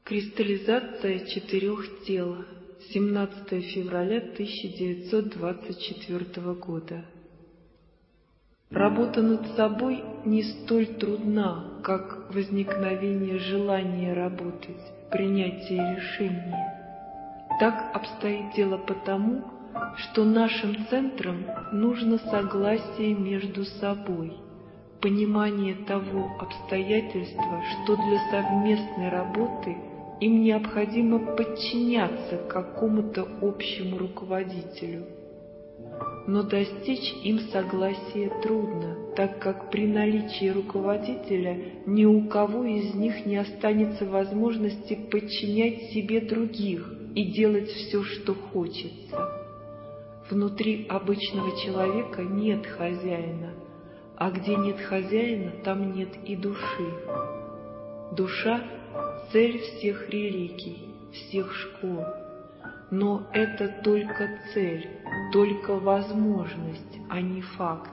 Кристаллизация четырех тел. 17 февраля 1924 года. Работа над собой не столь трудна, как возникновение желания работать, принятие решения. Так обстоит дело потому, что нашим центрам нужно согласие между собой, понимание того обстоятельства, что для совместной работы им необходимо подчиняться какому-то общему руководителю. Но достичь им согласия трудно, так как при наличии руководителя ни у кого из них не останется возможности подчинять себе других и делать все, что хочется. Внутри обычного человека нет хозяина, а где нет хозяина, там нет и души. Душа — цель всех религий, всех школ. Но это только цель, только возможность, а не факт.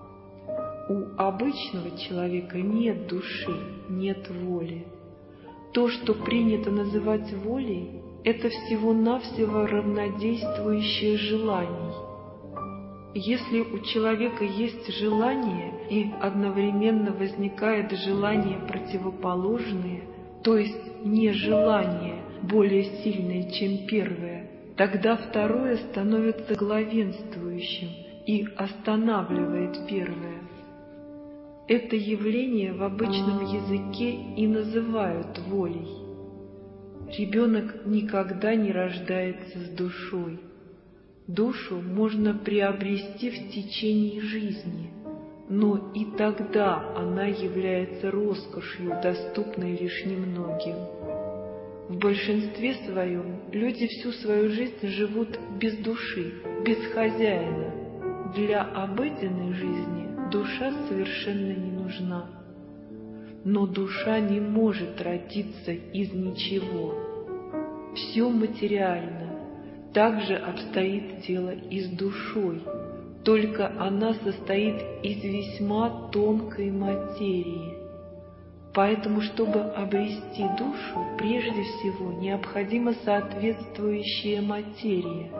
У обычного человека нет души, нет воли. То, что принято называть волей, это всего-навсего равнодействующее желаний. Если у человека есть желание и одновременно возникает желание противоположное, то есть нежелание более сильное, чем первое, тогда второе становится главенствующим и останавливает первое. Это явление в обычном языке и называют волей. Ребенок никогда не рождается с душой. Душу можно приобрести в течение жизни, но и тогда она является роскошью, доступной лишь немногим. В большинстве своем люди всю свою жизнь живут без души, без хозяина. Для обыденной жизни душа совершенно не нужна. Но душа не может родиться из ничего. Все материально. Так же обстоит дело и с душой, только она состоит из весьма тонкой материи. Поэтому, чтобы обрести душу, прежде всего необходима соответствующая материя.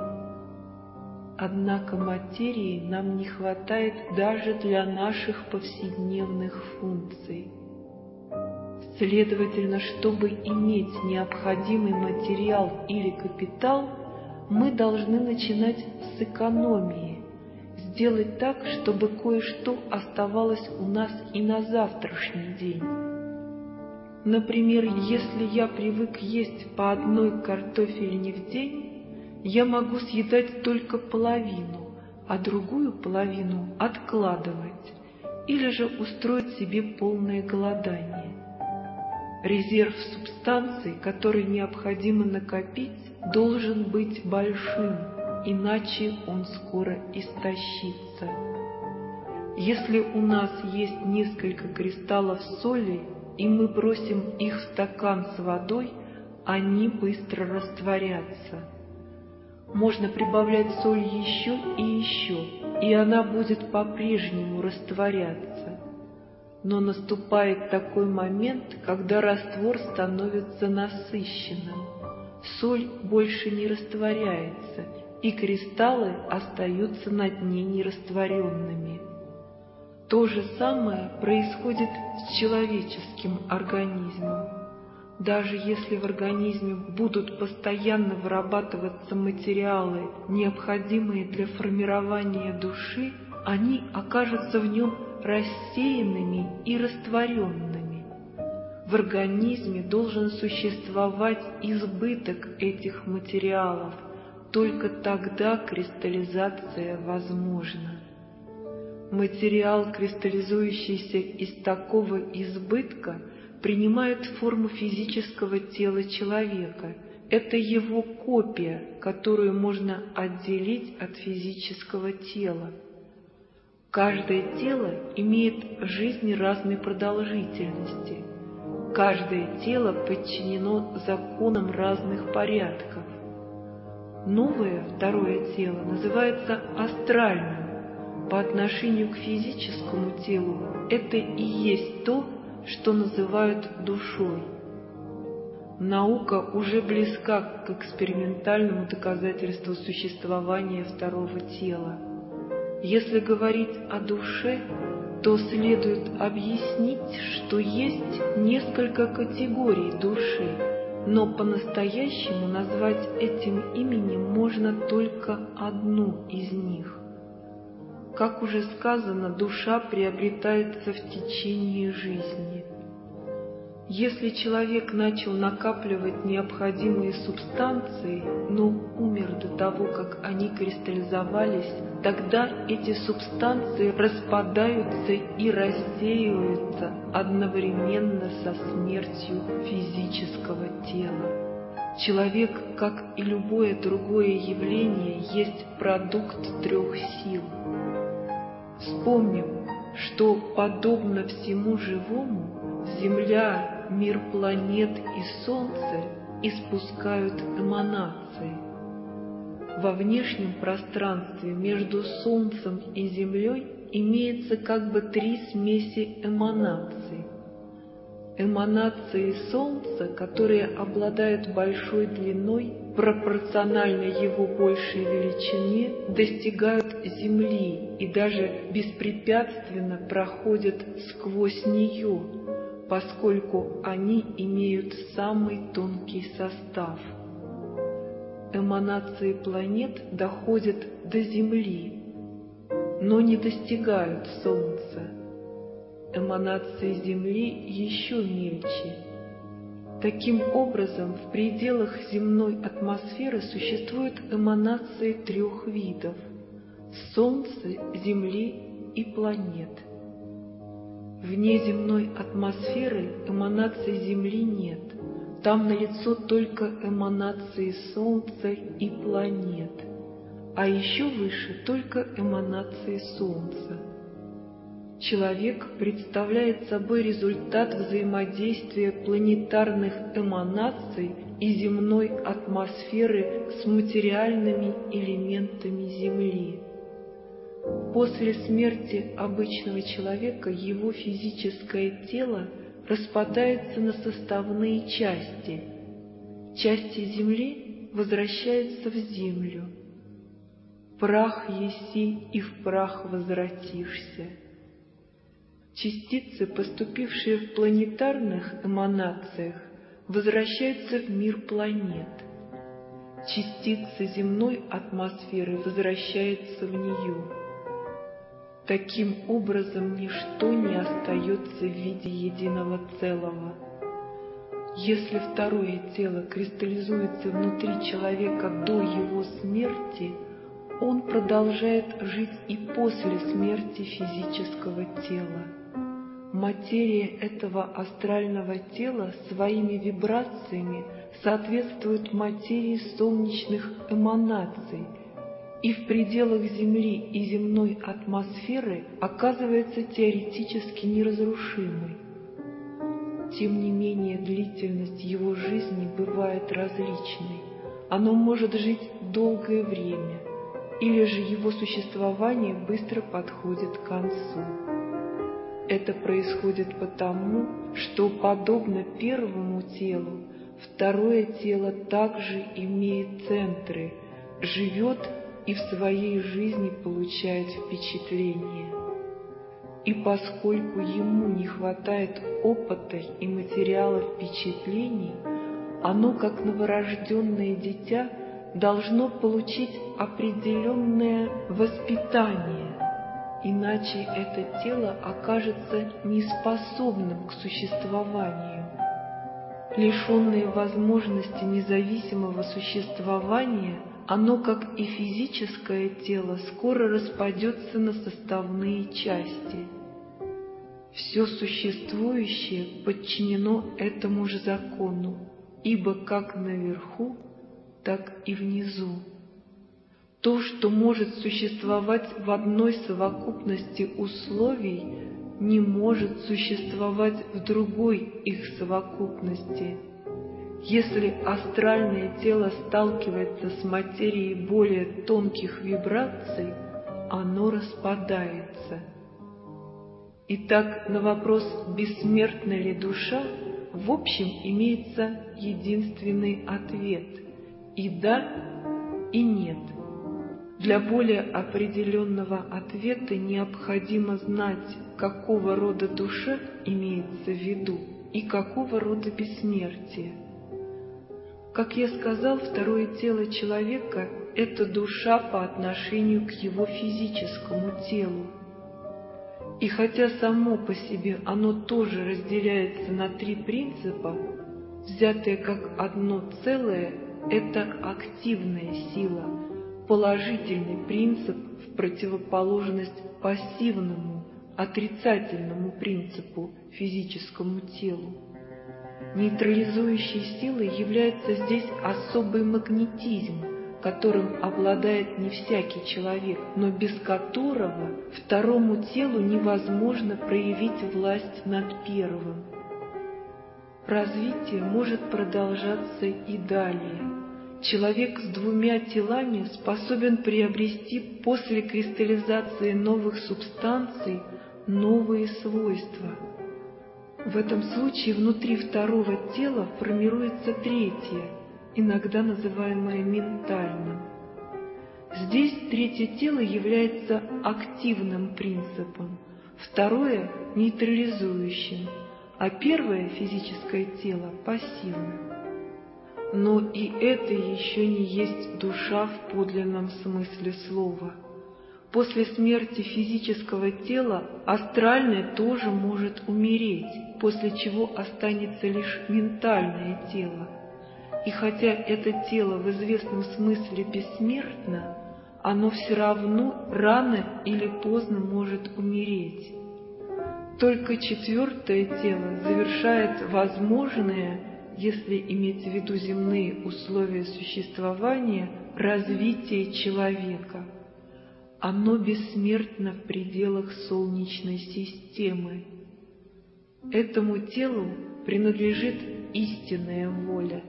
Однако материи нам не хватает даже для наших повседневных функций. Следовательно, чтобы иметь необходимый материал или капитал, мы должны начинать с экономии, сделать так, чтобы кое-что оставалось у нас и на завтрашний день. Например, если я привык есть по одной картофельне в день, я могу съедать только половину, а другую половину откладывать, или же устроить себе полное голодание. Резерв субстанций, который необходимо накопить, должен быть большим, иначе он скоро истощится. Если у нас есть несколько кристаллов соли, и мы бросим их в стакан с водой, они быстро растворятся. Можно прибавлять соль еще и еще, и она будет по-прежнему растворяться. Но наступает такой момент, когда раствор становится насыщенным. Соль больше не растворяется, и кристаллы остаются на дне нерастворенными. То же самое происходит с человеческим организмом. Даже если в организме будут постоянно вырабатываться материалы, необходимые для формирования души, они окажутся в нем рассеянными и растворенными. В организме должен существовать избыток этих материалов, только тогда кристаллизация возможна. Материал, кристаллизующийся из такого избытка, принимает форму физического тела человека. Это его копия, которую можно отделить от физического тела. Каждое тело имеет жизнь разной продолжительности. Каждое тело подчинено законам разных порядков. Новое, второе тело называется астральным. По отношению к физическому телу это и есть то, что называют душой. Наука уже близка к экспериментальному доказательству существования второго тела. Если говорить о душе, то следует объяснить, что есть несколько категорий души, но по-настоящему назвать этим именем можно только одну из них. Как уже сказано, душа приобретается в течение жизни. Если человек начал накапливать необходимые субстанции, но умер до того, как они кристаллизовались, тогда эти субстанции распадаются и рассеиваются одновременно со смертью физического тела. Человек, как и любое другое явление, есть продукт трех сил. Вспомним, что, подобно всему живому, Земля, мир планет и Солнце испускают эманации. Во внешнем пространстве между Солнцем и Землей имеется как бы три смеси эманаций. Эманации Солнца, которые обладают большой длиной, пропорционально его большей величине, достигают Земли и даже беспрепятственно проходят сквозь нее, поскольку они имеют самый тонкий состав. Эманации планет доходят до Земли, но не достигают Солнца. Эманации Земли еще мельче. Таким образом, в пределах земной атмосферы существуют эманации трех видов – Солнца, Земли и планет. Вне земной атмосферы эманаций Земли нет. Там налицо только эманации Солнца и планет, а еще выше только эманации Солнца. Человек представляет собой результат взаимодействия планетарных эманаций и земной атмосферы с материальными элементами Земли. После смерти обычного человека его физическое тело распадается на составные части. Части земли возвращаются в землю. Прах еси, и в прах возвратишься. Частицы, поступившие в планетарных эманациях, возвращаются в мир планет. Частицы земной атмосферы возвращаются в нее. Таким образом, ничто не остается в виде единого целого. Если второе тело кристаллизуется внутри человека до его смерти, он продолжает жить и после смерти физического тела. Материя этого астрального тела своими вибрациями соответствует материи солнечных эманаций, и в пределах Земли и земной атмосферы оказывается теоретически неразрушимой. Тем не менее, длительность его жизни бывает различной. Оно может жить долгое время, или же его существование быстро подходит к концу. Это происходит потому, что, подобно первому телу, второе тело также имеет центры, живет и в своей жизни получает впечатление. И поскольку ему не хватает опыта и материала впечатлений, оно, как новорожденное дитя, должно получить определенное воспитание, иначе это тело окажется неспособным к существованию. Лишенное возможности независимого существования, оно, как и физическое тело, скоро распадется на составные части. Все существующее подчинено этому же закону, ибо как наверху, так и внизу. То, что может существовать в одной совокупности условий, не может существовать в другой их совокупности. Если астральное тело сталкивается с материей более тонких вибраций, оно распадается. Итак, на вопрос, бессмертна ли душа, в общем имеется единственный ответ – и да, и нет. Для более определенного ответа необходимо знать, какого рода душа имеется в виду и какого рода бессмертие. Как я сказал, второе тело человека – это душа по отношению к его физическому телу. И хотя само по себе оно тоже разделяется на три принципа, взятые как одно целое, это активная сила, положительный принцип в противоположность пассивному, отрицательному принципу физическому телу. Нейтрализующей силой является здесь особый магнетизм, которым обладает не всякий человек, но без которого второму телу невозможно проявить власть над первым. Развитие может продолжаться и далее. Человек с двумя телами способен приобрести после кристаллизации новых субстанций новые свойства. В этом случае внутри второго тела формируется третье, иногда называемое ментальным. Здесь третье тело является активным принципом, второе – нейтрализующим, а первое физическое тело – пассивным. Но и это еще не есть душа в подлинном смысле слова. После смерти физического тела астральное тоже может умереть, после чего останется лишь ментальное тело. И хотя это тело в известном смысле бессмертно, оно все равно рано или поздно может умереть. Только четвертое тело завершает возможное, если иметь в виду земные условия существования, развитие человека. Оно бессмертно в пределах Солнечной системы. Этому телу принадлежит истинная воля.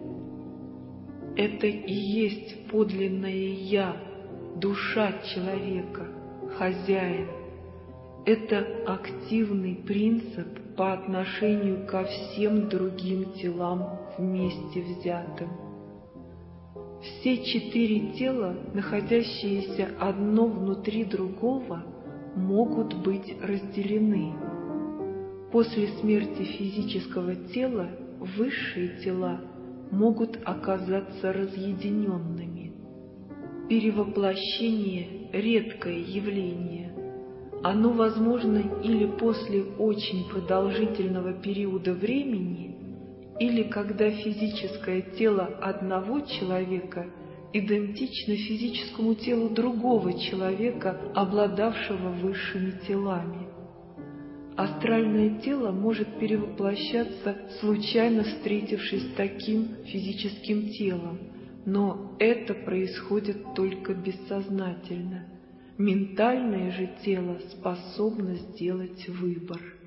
Это и есть подлинное «Я», душа человека, хозяин. Это активный принцип по отношению ко всем другим телам вместе взятым. Все четыре тела, находящиеся одно внутри другого, могут быть разделены. После смерти физического тела высшие тела могут оказаться разъединенными. Перевоплощение – редкое явление. Оно возможно или после очень продолжительного периода времени, или когда физическое тело одного человека идентично физическому телу другого человека, обладавшего высшими телами. Астральное тело может перевоплощаться, случайно встретившись с таким физическим телом, но это происходит только бессознательно. Ментальное же тело способно сделать выбор.